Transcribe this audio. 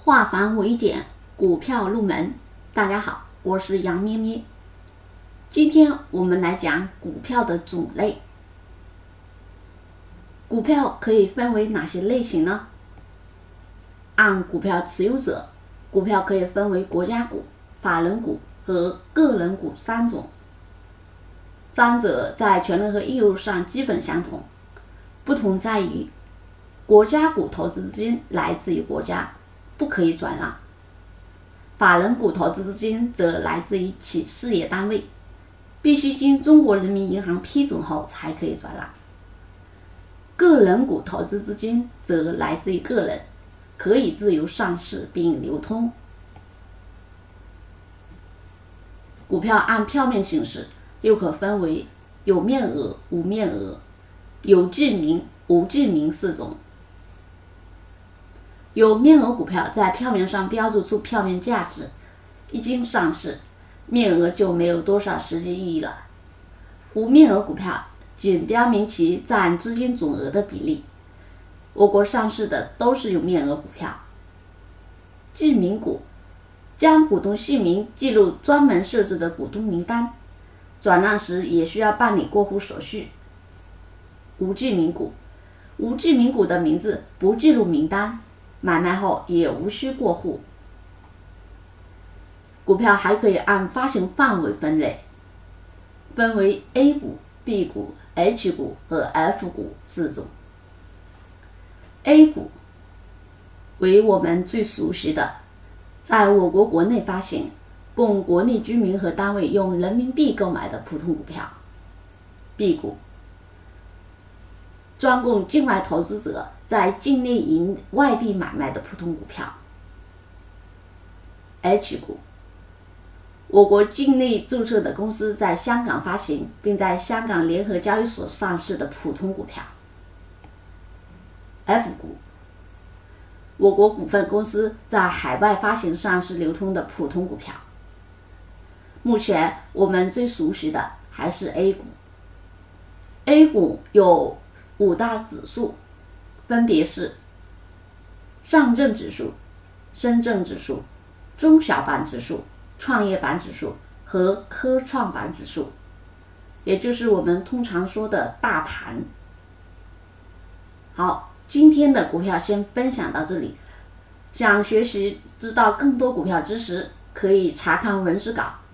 化繁为简，股票入门。大家好，我是杨咩咩。今天我们来讲股票的种类。股票可以分为哪些类型呢？按股票持有者，股票可以分为国家股、法人股和个人股三种。三者在权利和义务上基本相同，不同在于国家股投资资金来自于国家，不可以转让；法人股投资资金则来自于其事业单位，必须经中国人民银行批准后才可以转让；个人股投资资金则来自于个人，可以自由上市并流通。股票按票面行使，又可分为有面额、无面额、有记名、无记名四种。有面额股票在票面上标注出票面价值，一经上市，面额就没有多少实际意义了。无面额股票仅标明其占资金总额的比例。我国上市的都是有面额股票。记名股将股东姓名记入专门设置的股东名单，转让时也需要办理过户手续。无记名股，无记名股的名字不记入名单，买卖后也无需过户。股票还可以按发行范围分类，分为 A 股、B 股、H 股和 F 股四种。A 股为我们最熟悉的，在我国国内发行，供国内居民和单位用人民币购买的普通股票。B 股专供境外投资者在境内以外币买卖的普通股票。H 股我国境内注册的公司在香港发行并在香港联合交易所上市的普通股票。F 股我国股份公司在海外发行上市流通的普通股票。目前我们最熟悉的还是 A 股。A 股有5大指数，分别是上证指数、深圳指数、中小板指数、创业板指数和科创板指数，也就是我们通常说的大盘。好，今天的股票先分享到这里。想学习知道更多股票知识，可以查看文字稿。